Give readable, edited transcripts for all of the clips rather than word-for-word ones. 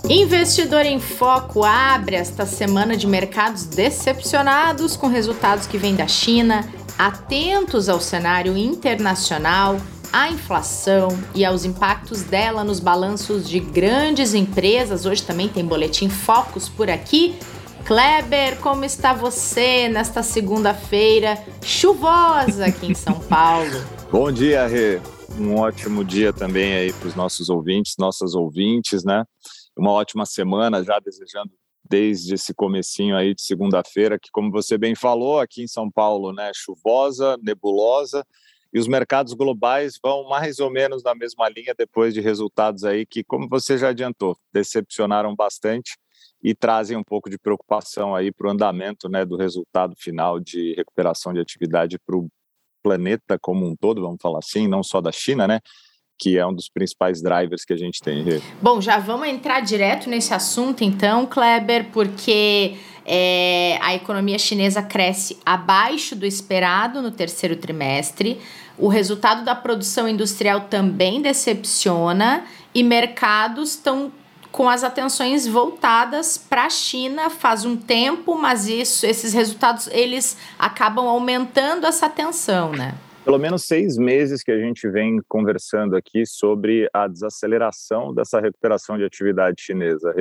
Investidor em Foco abre esta semana de mercados decepcionados com resultados que vêm da China, atentos ao cenário internacional, à inflação e aos impactos dela nos balanços de grandes empresas. Hoje também tem Boletim Focus por aqui. Kleber, como está você nesta segunda-feira chuvosa aqui em São Paulo? Bom dia, Rê. Um ótimo dia também aí para os nossos ouvintes, nossas ouvintes, né? Uma ótima semana já desejando desde esse comecinho aí de segunda-feira, que como você bem falou, aqui em São Paulo, né, chuvosa, nebulosa, e os mercados globais vão mais ou menos na mesma linha depois de resultados aí que, como você já adiantou, decepcionaram bastante e trazem um pouco de preocupação aí para o andamento, né, do resultado final de recuperação de atividade para o planeta como um todo, vamos falar assim, não só da China, né? Que é um dos principais drivers que a gente tem. Bom, já vamos entrar direto nesse assunto então, Kleber, porque a economia chinesa cresce abaixo do esperado no terceiro trimestre, o resultado da produção industrial também decepciona e mercados estão com as atenções voltadas para a China faz um tempo, mas esses resultados eles acabam aumentando essa tensão, né? Pelo menos 6 meses que a gente vem conversando aqui sobre a desaceleração dessa recuperação de atividade chinesa.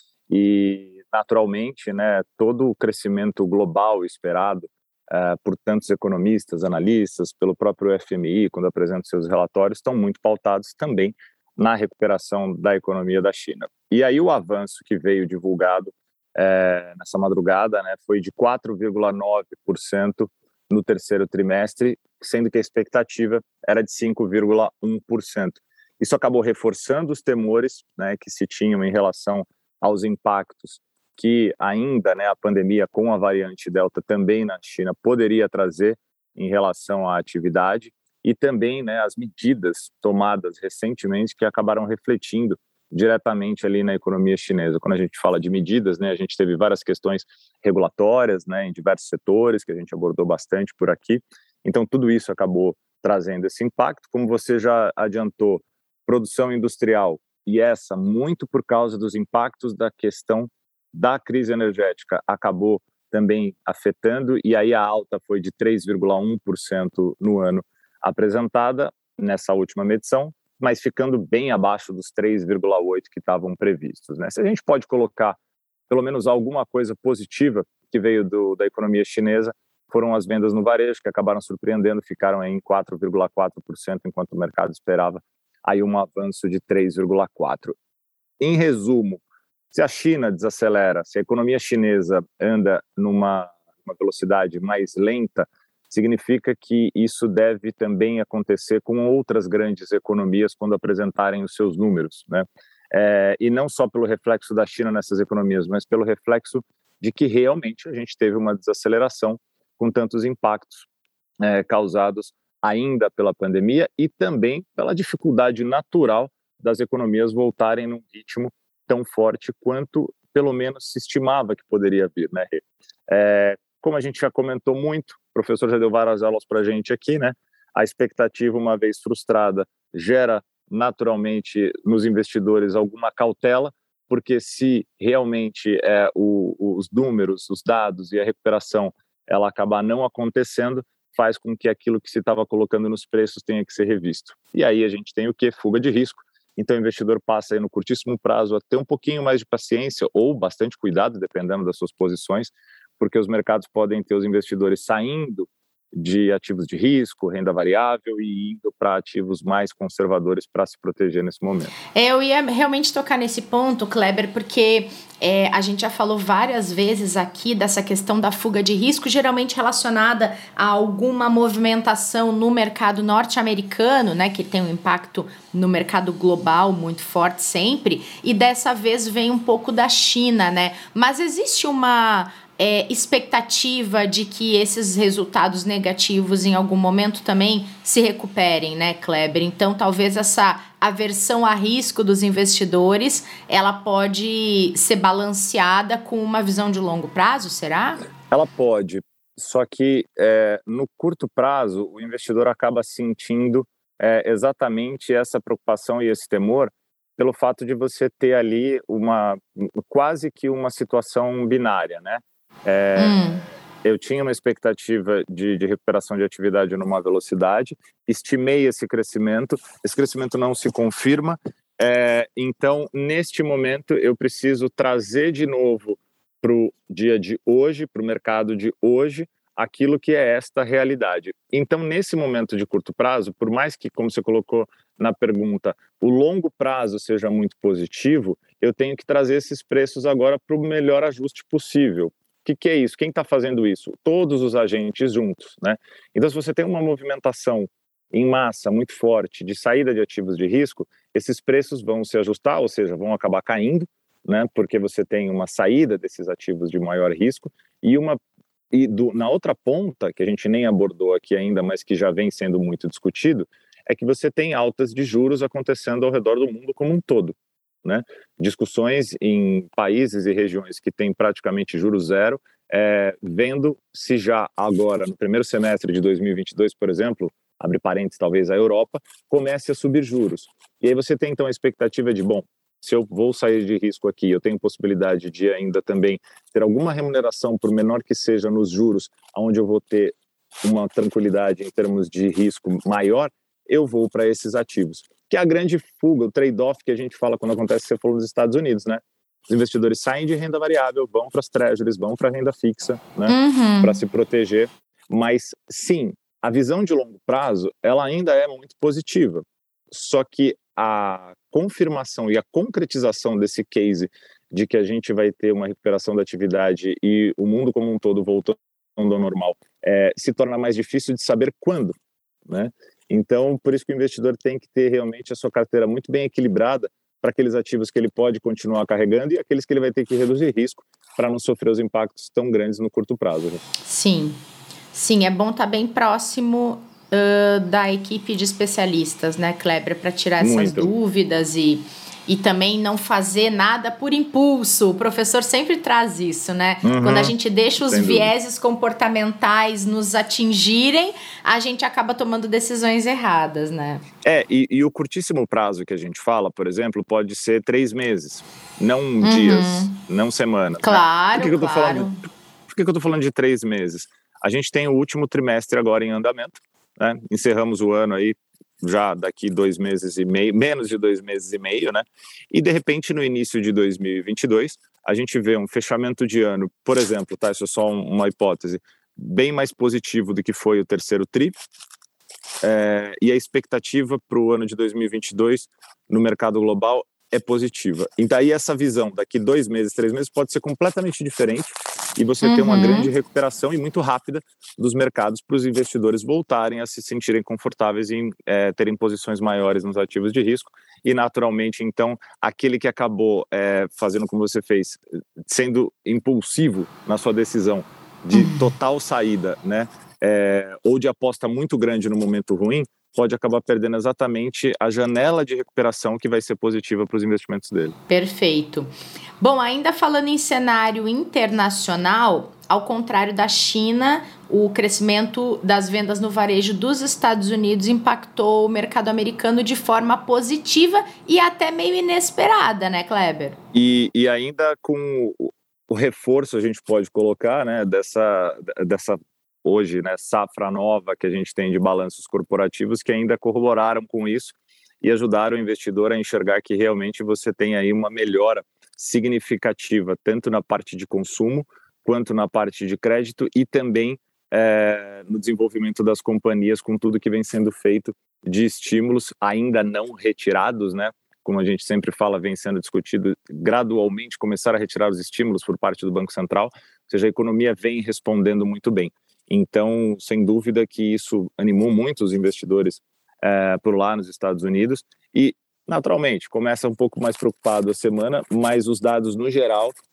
E, naturalmente, né, todo o crescimento global esperado por tantos economistas, analistas, pelo próprio FMI, quando apresenta seus relatórios, estão muito pautados também na recuperação da economia da China. E aí o avanço que veio divulgado nessa madrugada, né, foi de 4,9% no terceiro trimestre, sendo que a expectativa era de 5,1%. Isso acabou reforçando os temores, né, que se tinham em relação aos impactos que ainda, né, a pandemia com a variante Delta também na China poderia trazer em relação à atividade e também, né, as medidas tomadas recentemente que acabaram refletindo diretamente ali na economia chinesa. Quando a gente fala de medidas, né, a gente teve várias questões regulatórias, né, em diversos setores, que a gente abordou bastante por aqui. Então, tudo isso acabou trazendo esse impacto. Como você já adiantou, produção industrial, e essa, muito por causa dos impactos da questão da crise energética, acabou também afetando, e aí a alta foi de 3,1% no ano apresentada nessa última medição, mas ficando bem abaixo dos 3,8% que estavam previstos, né? Se a gente pode colocar pelo menos alguma coisa positiva que veio da economia chinesa, foram as vendas no varejo, que acabaram surpreendendo, ficaram em 4,4%, enquanto o mercado esperava aí um avanço de 3,4%. Em resumo, se a China desacelera, se a economia chinesa anda numa velocidade mais lenta, significa que isso deve também acontecer com outras grandes economias quando apresentarem os seus números, né? E não só pelo reflexo da China nessas economias, mas pelo reflexo de que realmente a gente teve uma desaceleração com tantos impactos causados ainda pela pandemia e também pela dificuldade natural das economias voltarem num ritmo tão forte quanto, pelo menos, se estimava que poderia vir, né? Como a gente já comentou muito, o professor já deu várias aulas para a gente aqui, né? A expectativa, uma vez frustrada, gera naturalmente nos investidores alguma cautela, porque se realmente os números, os dados e a recuperação ela acabar não acontecendo, faz com que aquilo que se estava colocando nos preços tenha que ser revisto. E aí a gente tem o quê? Fuga de risco. Então o investidor passa aí no curtíssimo prazo a ter um pouquinho mais de paciência ou bastante cuidado, dependendo das suas posições, porque os mercados podem ter os investidores saindo de ativos de risco, renda variável e indo para ativos mais conservadores para se proteger nesse momento. Eu ia realmente tocar nesse ponto, Kleber, porque a gente já falou várias vezes aqui dessa questão da fuga de risco, geralmente relacionada a alguma movimentação no mercado norte-americano, né, que tem um impacto no mercado global muito forte sempre, e dessa vez vem um pouco da China, né? Mas existe uma expectativa de que esses resultados negativos em algum momento também se recuperem, né, Kleber? Então, talvez essa aversão a risco dos investidores, ela pode ser balanceada com uma visão de longo prazo, será? Ela pode, só que no curto prazo o investidor acaba sentindo exatamente essa preocupação e esse temor pelo fato de você ter ali quase que uma situação binária, né? Eu tinha uma expectativa de recuperação de atividade numa velocidade, estimei esse crescimento não se confirma, então, neste momento, eu preciso trazer de novo para o dia de hoje, para o mercado de hoje, aquilo que é esta realidade. Então, nesse momento de curto prazo, por mais que, como você colocou na pergunta, o longo prazo seja muito positivo, eu tenho que trazer esses preços agora para o melhor ajuste possível. O que é isso? Quem está fazendo isso? Todos os agentes juntos, né? Então, se você tem uma movimentação em massa muito forte de saída de ativos de risco, esses preços vão se ajustar, ou seja, vão acabar caindo, né? Porque você tem uma saída desses ativos de maior risco na outra ponta, que a gente nem abordou aqui ainda, mas que já vem sendo muito discutido, é que você tem altas de juros acontecendo ao redor do mundo como um todo, né? Discussões em países e regiões que têm praticamente juros zero, vendo se já agora, no primeiro semestre de 2022, por exemplo, abre parênteses, talvez a Europa, comece a subir juros. E aí você tem então a expectativa de, bom, se eu vou sair de risco aqui, eu tenho possibilidade de ainda também ter alguma remuneração, por menor que seja nos juros, onde eu vou ter uma tranquilidade em termos de risco maior, eu vou para esses ativos. Que é a grande fuga, o trade-off que a gente fala quando acontece, você falou nos Estados Unidos, né? Os investidores saem de renda variável, vão para as treasuries, vão para a renda fixa, né? Para se proteger. Mas, sim, a visão de longo prazo, ela ainda é muito positiva. Só que a confirmação e a concretização desse case de que a gente vai ter uma recuperação da atividade e o mundo como um todo voltando ao normal, se torna mais difícil de saber quando, né? Então, por isso que o investidor tem que ter realmente a sua carteira muito bem equilibrada para aqueles ativos que ele pode continuar carregando e aqueles que ele vai ter que reduzir risco para não sofrer os impactos tão grandes no curto prazo. Né? Sim, é bom estar bem próximo da equipe de especialistas, né, Kleber, para tirar essas dúvidas e também não fazer nada por impulso. O professor sempre traz isso, né? Quando a gente deixa os vieses comportamentais nos atingirem, a gente acaba tomando decisões erradas, né? E o curtíssimo prazo que a gente fala, por exemplo, pode ser 3 meses, não dias, não semanas. Claro, né? Por que eu tô falando de 3 meses? A gente tem o último trimestre agora em andamento, né? Encerramos o ano aí já daqui 2 meses e meio, menos de 2 meses e meio, né? E de repente no início de 2022 a gente vê um fechamento de ano, por exemplo, tá? Isso é só uma hipótese, bem mais positivo do que foi o terceiro tri, e a expectativa para o ano de 2022 no mercado global é positiva. Então aí essa visão daqui 2 meses, 3 meses pode ser completamente diferente e você ter uma grande recuperação e muito rápida dos mercados para os investidores voltarem a se sentirem confortáveis em terem posições maiores nos ativos de risco e naturalmente então aquele que acabou fazendo como você fez, sendo impulsivo na sua decisão de total saída, né, ou de aposta muito grande no momento ruim, pode acabar perdendo exatamente a janela de recuperação que vai ser positiva para os investimentos dele. Perfeito. Bom, ainda falando em cenário internacional, ao contrário da China, o crescimento das vendas no varejo dos Estados Unidos impactou o mercado americano de forma positiva e até meio inesperada, né, Kleber? E ainda com o reforço, a gente pode colocar, né, dessa hoje, né, safra nova que a gente tem de balanços corporativos que ainda corroboraram com isso e ajudaram o investidor a enxergar que realmente você tem aí uma melhora significativa, tanto na parte de consumo, quanto na parte de crédito e também no desenvolvimento das companhias com tudo que vem sendo feito de estímulos ainda não retirados, né? Como a gente sempre fala, vem sendo discutido gradualmente começar a retirar os estímulos por parte do Banco Central, ou seja, a economia vem respondendo muito bem. Então, sem dúvida que isso animou muito os investidores por lá nos Estados Unidos e, naturalmente, começa um pouco mais preocupado a semana, mas os dados, no geral,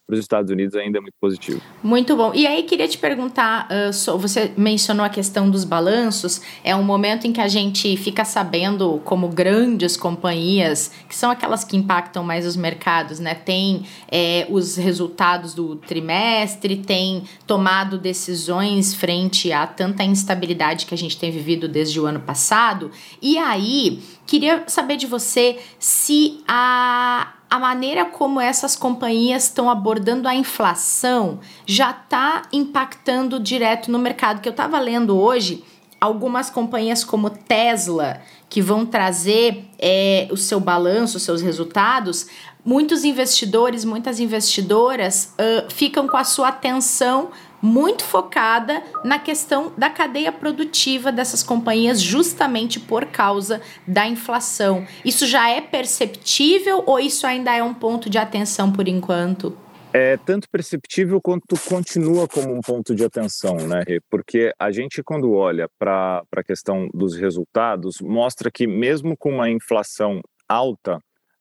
para os Estados Unidos ainda é muito positivo. Muito bom. E aí, queria te perguntar, você mencionou a questão dos balanços, é um momento em que a gente fica sabendo como grandes companhias, que são aquelas que impactam mais os mercados, né? Tem os resultados do trimestre, tem tomado decisões frente a tanta instabilidade que a gente tem vivido desde o ano passado. E aí, queria saber de você se a maneira como essas companhias estão abordando a inflação já está impactando direto no mercado. Que eu estava lendo hoje, algumas companhias como Tesla, que vão trazer o seu balanço, os seus resultados, muitos investidores, muitas investidoras ficam com a sua atenção muito focada na questão da cadeia produtiva dessas companhias, justamente por causa da inflação. Isso já é perceptível ou isso ainda é um ponto de atenção por enquanto? É tanto perceptível quanto continua como um ponto de atenção, né, Rê? Porque a gente, quando olha para a questão dos resultados, mostra que mesmo com uma inflação alta,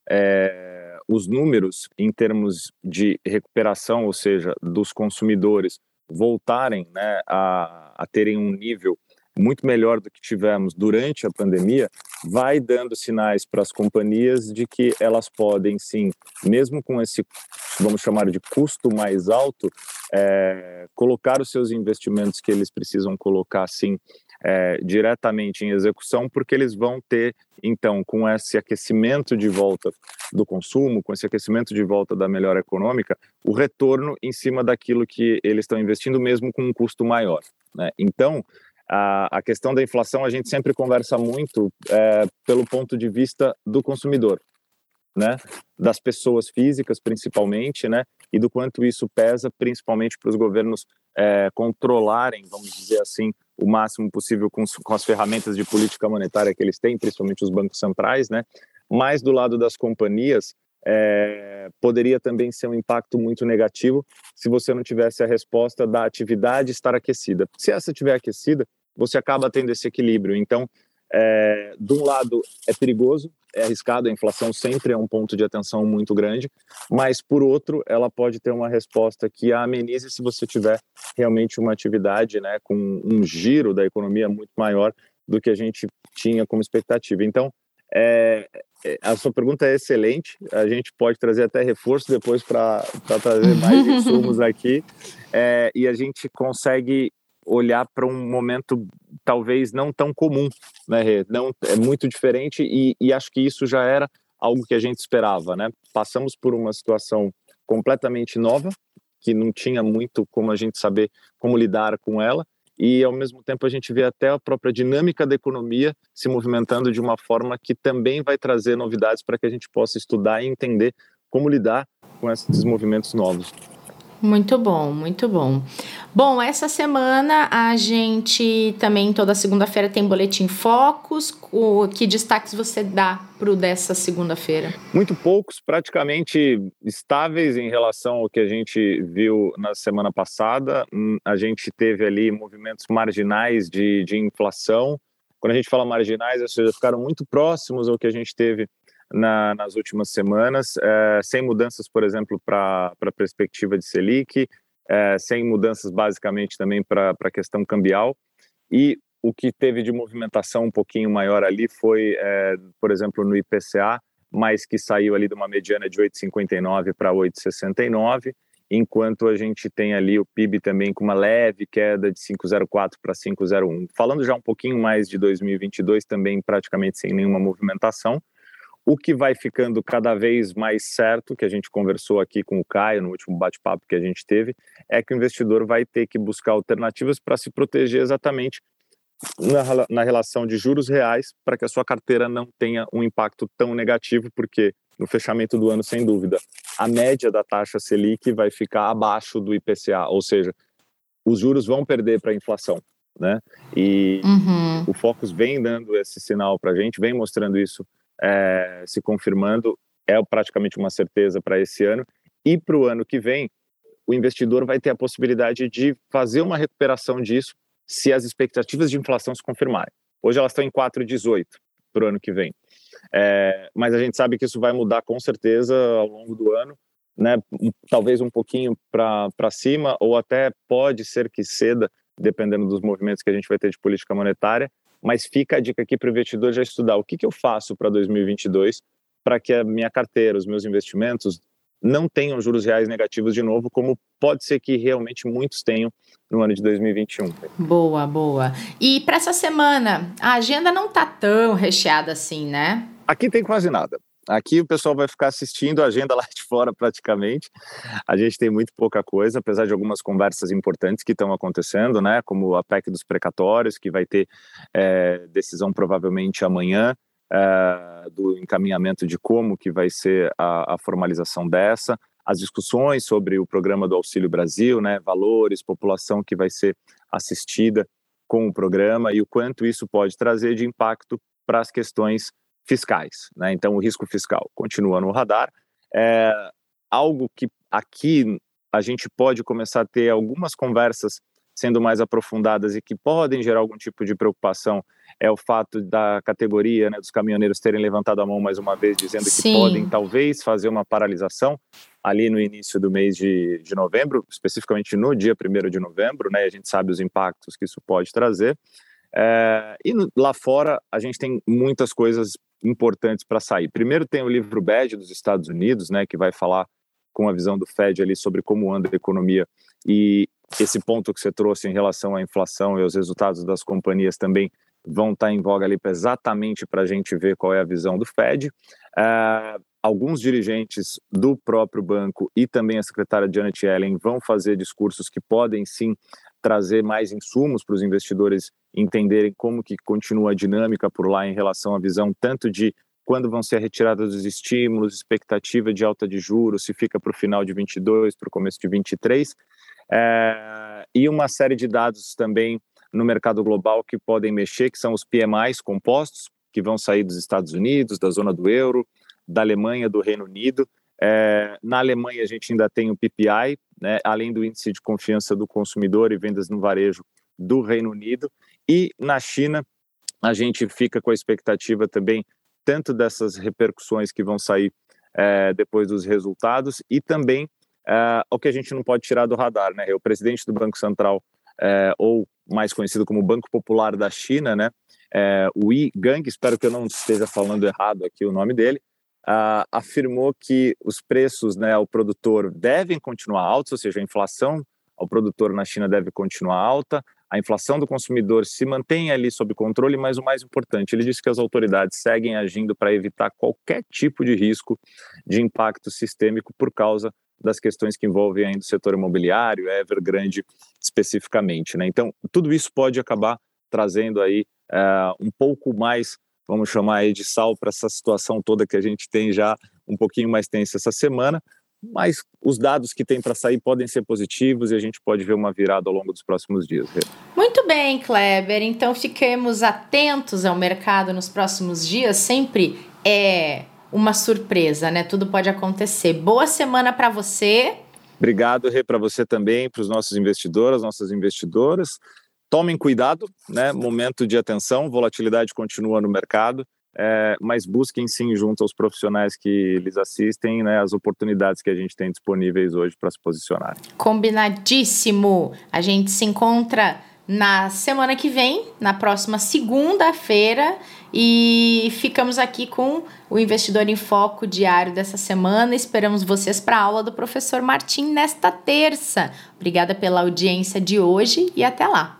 os números em termos de recuperação, ou seja, dos consumidores voltarem, né, a terem um nível muito melhor do que tivemos durante a pandemia, vai dando sinais para as companhias de que elas podem, sim, mesmo com esse, vamos chamar de custo mais alto, colocar os seus investimentos que eles precisam colocar, sim, diretamente em execução, porque eles vão ter, então, com esse aquecimento de volta do consumo, com esse aquecimento de volta da melhora econômica, o retorno em cima daquilo que eles estão investindo, mesmo com um custo maior, né? Então, a questão da inflação a gente sempre conversa muito pelo ponto de vista do consumidor, né? Das pessoas físicas principalmente, né? E do quanto isso pesa principalmente para os governos controlarem, vamos dizer assim, o máximo possível com as ferramentas de política monetária que eles têm, principalmente os bancos centrais, né? Mas do lado das companhias, poderia também ser um impacto muito negativo se você não tivesse a resposta da atividade estar aquecida. Se essa estiver aquecida, você acaba tendo esse equilíbrio. Então, de um lado é perigoso, é arriscado, a inflação sempre é um ponto de atenção muito grande, mas por outro, ela pode ter uma resposta que a amenize se você tiver realmente uma atividade, né, com um giro da economia muito maior do que a gente tinha como expectativa. Então, a sua pergunta é excelente, a gente pode trazer até reforço depois para trazer mais insumos aqui, e a gente consegue olhar para um momento talvez não tão comum, né, Rê? Não, é muito diferente e acho que isso já era algo que a gente esperava, né? Passamos por uma situação completamente nova, que não tinha muito como a gente saber como lidar com ela, e ao mesmo tempo a gente vê até a própria dinâmica da economia se movimentando de uma forma que também vai trazer novidades para que a gente possa estudar e entender como lidar com esses movimentos novos. Muito bom, muito bom. Bom, essa semana a gente também toda segunda-feira tem Boletim Focus. Que destaques você dá para o dessa segunda-feira? Muito poucos, praticamente estáveis em relação ao que a gente viu na semana passada. A gente teve ali movimentos marginais de inflação. Quando a gente fala marginais, ou seja, ficaram muito próximos ao que a gente teve nas últimas semanas, sem mudanças, por exemplo, para a perspectiva de Selic, sem mudanças basicamente também para a questão cambial. E o que teve de movimentação um pouquinho maior ali foi, por exemplo, no IPCA, mas que saiu ali de uma mediana de 8,59 para 8,69, enquanto a gente tem ali o PIB também com uma leve queda de 5,04 para 5,01. Falando já um pouquinho mais de 2022, também praticamente sem nenhuma movimentação. O que vai ficando cada vez mais certo, que a gente conversou aqui com o Caio no último bate-papo que a gente teve, é que o investidor vai ter que buscar alternativas para se proteger exatamente na relação de juros reais, para que a sua carteira não tenha um impacto tão negativo, porque no fechamento do ano, sem dúvida, a média da taxa Selic vai ficar abaixo do IPCA, ou seja, os juros vão perder para a inflação, né? E o Focus vem dando esse sinal para a gente, vem mostrando isso, se confirmando, é praticamente uma certeza para esse ano. E para o ano que vem, o investidor vai ter a possibilidade de fazer uma recuperação disso se as expectativas de inflação se confirmarem. Hoje elas estão em 4,18 para o ano que vem. Mas a gente sabe que isso vai mudar com certeza ao longo do ano, né, talvez um pouquinho para cima, ou até pode ser que ceda, dependendo dos movimentos que a gente vai ter de política monetária, mas fica a dica aqui para o investidor já estudar o que eu faço para 2022 para que a minha carteira, os meus investimentos não tenham juros reais negativos de novo, como pode ser que realmente muitos tenham no ano de 2021. Boa. E para essa semana, a agenda não está tão recheada assim, né? Aqui tem quase nada. Aqui o pessoal vai ficar assistindo a agenda lá de fora praticamente. A gente tem muito pouca coisa, apesar de algumas conversas importantes que estão acontecendo, né? Como a PEC dos precatórios, que vai ter decisão provavelmente amanhã, do encaminhamento de como que vai ser a formalização dessa. As discussões sobre o programa do Auxílio Brasil, né? Valores, população que vai ser assistida com o programa e o quanto isso pode trazer de impacto para as questões fiscais, né? Então o risco fiscal continua no radar, algo que aqui a gente pode começar a ter algumas conversas sendo mais aprofundadas e que podem gerar algum tipo de preocupação é o fato da categoria, né, dos caminhoneiros terem levantado a mão mais uma vez dizendo que podem talvez fazer uma paralisação ali no início do mês de novembro, especificamente no dia 1º de novembro, né? A gente sabe os impactos que isso pode trazer. Lá fora a gente tem muitas coisas importantes para sair. Primeiro tem o livro BED dos Estados Unidos, né, que vai falar com a visão do Fed ali sobre como anda a economia, e esse ponto que você trouxe em relação à inflação e aos resultados das companhias também vão estar em voga ali exatamente para a gente ver qual é a visão do Fed. Alguns dirigentes do próprio banco e também a secretária Janet Yellen vão fazer discursos que podem sim trazer mais insumos para os investidores entenderem como que continua a dinâmica por lá em relação à visão tanto de quando vão ser retirados os estímulos, expectativa de alta de juros, se fica para o final de 22, para o começo de 23, e uma série de dados também no mercado global que podem mexer, que são os PMIs compostos, que vão sair dos Estados Unidos, da zona do euro, da Alemanha, do Reino Unido. Na Alemanha a gente ainda tem o PPI, né, além do índice de confiança do consumidor e vendas no varejo do Reino Unido, e na China a gente fica com a expectativa também tanto dessas repercussões que vão sair depois dos resultados e também o que a gente não pode tirar do radar, né? O presidente do Banco Central, ou mais conhecido como Banco Popular da China, né? O Yi Gang, espero que eu não esteja falando errado aqui o nome dele, afirmou que os preços, né, ao produtor devem continuar altos, ou seja, a inflação ao produtor na China deve continuar alta, a inflação do consumidor se mantém ali sob controle, mas o mais importante, ele disse que as autoridades seguem agindo para evitar qualquer tipo de risco de impacto sistêmico por causa das questões que envolvem ainda o setor imobiliário, Evergrande especificamente, né? Então, tudo isso pode acabar trazendo aí um pouco mais, vamos chamar aí de sal para essa situação toda que a gente tem já um pouquinho mais tensa essa semana, mas os dados que tem para sair podem ser positivos e a gente pode ver uma virada ao longo dos próximos dias. Muito bem, Kleber. Então fiquemos atentos ao mercado nos próximos dias. Sempre é uma surpresa, né? Tudo pode acontecer. Boa semana para você. Obrigado, Rê, para você também, para os nossos investidores, nossas investidoras. Tomem cuidado, né? Momento de atenção, volatilidade continua no mercado. Mas busquem sim junto aos profissionais que lhes assistem, né, as oportunidades que a gente tem disponíveis hoje para se posicionar. Combinadíssimo! A gente se encontra na semana que vem, na próxima segunda-feira, e ficamos aqui com o Investidor em Foco diário dessa semana. Esperamos vocês para a aula do professor Martim nesta terça. Obrigada pela audiência de hoje e até lá!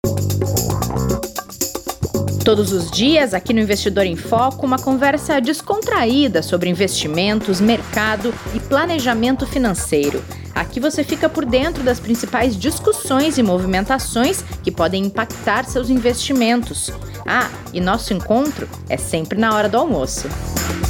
Todos os dias, aqui no Investidor em Foco, uma conversa descontraída sobre investimentos, mercado e planejamento financeiro. Aqui você fica por dentro das principais discussões e movimentações que podem impactar seus investimentos. E nosso encontro é sempre na hora do almoço.